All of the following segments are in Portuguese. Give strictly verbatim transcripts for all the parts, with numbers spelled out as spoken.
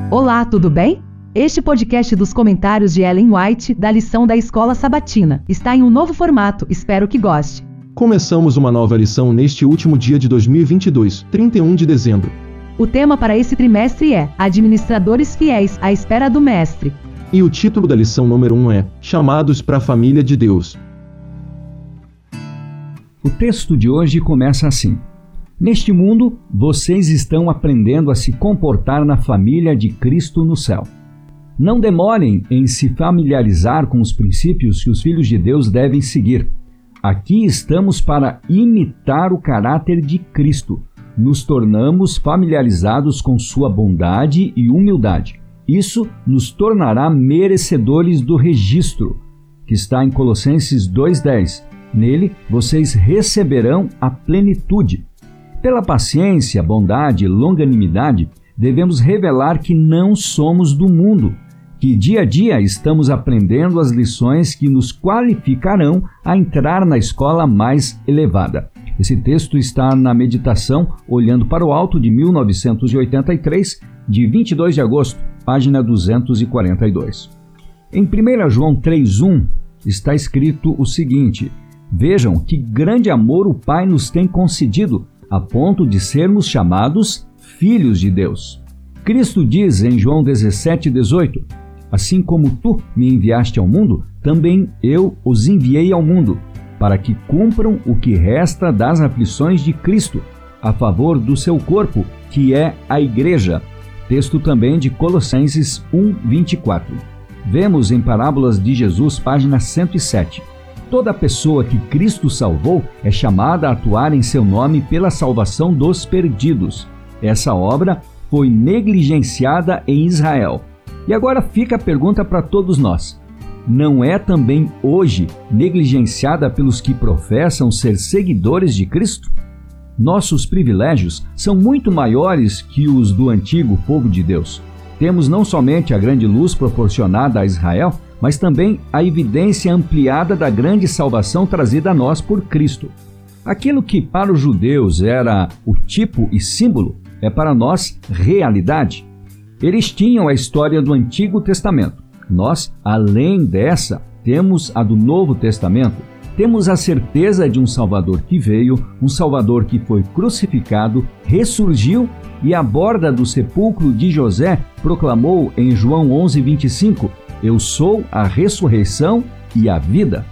Olá, tudo bem? Este podcast dos comentários de Ellen White, da lição da Escola Sabatina, está em um novo formato, espero que goste. Começamos uma nova lição neste último dia de dois mil e vinte e dois, trinta e um de dezembro. O tema para esse trimestre é Administradores Fiéis à Espera do Mestre. E o título da lição número um é Chamados para a Família de Deus. O texto de hoje começa assim: Neste mundo, vocês estão aprendendo a se comportar na família de Cristo no céu. Não demorem em se familiarizar com os princípios que os filhos de Deus devem seguir. Aqui estamos para imitar o caráter de Cristo. Nos tornamos familiarizados com sua bondade e humildade. Isso nos tornará merecedores do registro, que está em Colossenses dois, dez. Nele, vocês receberão a plenitude. Pela paciência, bondade e longanimidade, devemos revelar que não somos do mundo, que dia a dia estamos aprendendo as lições que nos qualificarão a entrar na escola mais elevada. Esse texto está na meditação Olhando para o Alto de mil novecentos e oitenta e três, de vinte e dois de agosto, página duzentos e quarenta e dois. Em primeira João três, um está escrito o seguinte: Vejam que grande amor o Pai nos tem concedido, a ponto de sermos chamados filhos de Deus. Cristo diz em João dezessete, dezoito, Assim como tu me enviaste ao mundo, também eu os enviei ao mundo, para que cumpram o que resta das aflições de Cristo, a favor do seu corpo, que é a Igreja. Texto também de Colossenses um, vinte e quatro. Vemos em Parábolas de Jesus, página cento e sete. Toda pessoa que Cristo salvou é chamada a atuar em seu nome pela salvação dos perdidos. Essa obra foi negligenciada em Israel. E agora fica a pergunta para todos nós: não é também hoje negligenciada pelos que professam ser seguidores de Cristo? Nossos privilégios são muito maiores que os do antigo povo de Deus. Temos não somente a grande luz proporcionada a Israel, mas também a evidência ampliada da grande salvação trazida a nós por Cristo. Aquilo que para os judeus era o tipo e símbolo, é para nós realidade. Eles tinham a história do Antigo Testamento. Nós, além dessa, temos a do Novo Testamento. Temos a certeza de um Salvador que veio, um Salvador que foi crucificado, ressurgiu e à borda do sepulcro de José proclamou em João onze, vinte e cinco, Eu sou a ressurreição e a vida.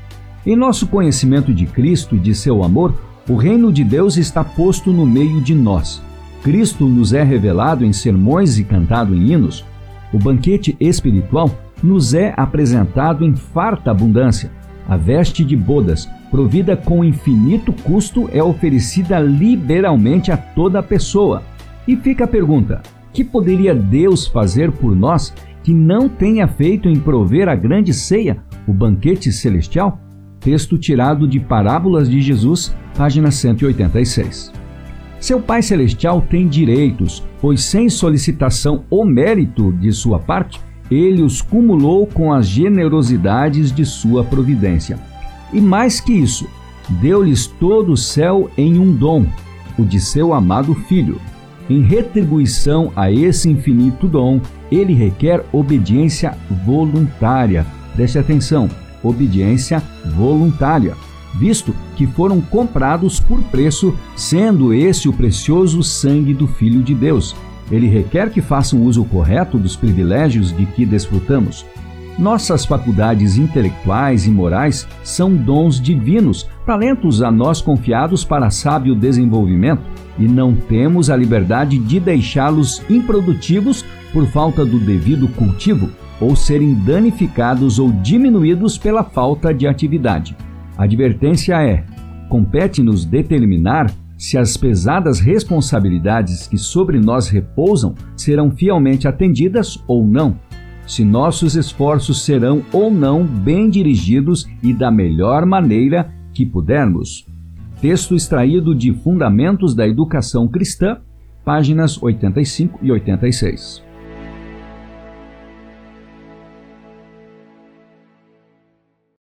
Em nosso conhecimento de Cristo e de seu amor, o reino de Deus está posto no meio de nós. Cristo nos é revelado em sermões e cantado em hinos. O banquete espiritual nos é apresentado em farta abundância. A veste de bodas, provida com infinito custo, é oferecida liberalmente a toda pessoa. E fica a pergunta: que poderia Deus fazer por nós que não tenha feito em prover a grande ceia, o banquete celestial? Texto tirado de Parábolas de Jesus, página cento e oitenta e seis. Seu Pai Celestial tem direitos, pois sem solicitação ou mérito de sua parte, Ele os cumulou com as generosidades de sua providência. E mais que isso, deu-lhes todo o céu em um dom, o de seu amado Filho. Em retribuição a esse infinito dom, ele requer obediência voluntária. Preste atenção, obediência voluntária, visto que foram comprados por preço, sendo esse o precioso sangue do Filho de Deus. Ele requer que façam uso correto dos privilégios de que desfrutamos. Nossas faculdades intelectuais e morais são dons divinos, talentos a nós confiados para sábio desenvolvimento, e não temos a liberdade de deixá-los improdutivos por falta do devido cultivo, ou serem danificados ou diminuídos pela falta de atividade. A advertência é: compete-nos determinar se as pesadas responsabilidades que sobre nós repousam serão fielmente atendidas ou não, se nossos esforços serão ou não bem dirigidos e da melhor maneira que pudermos. Texto extraído de Fundamentos da Educação Cristã, páginas oitenta e cinco e oitenta e seis.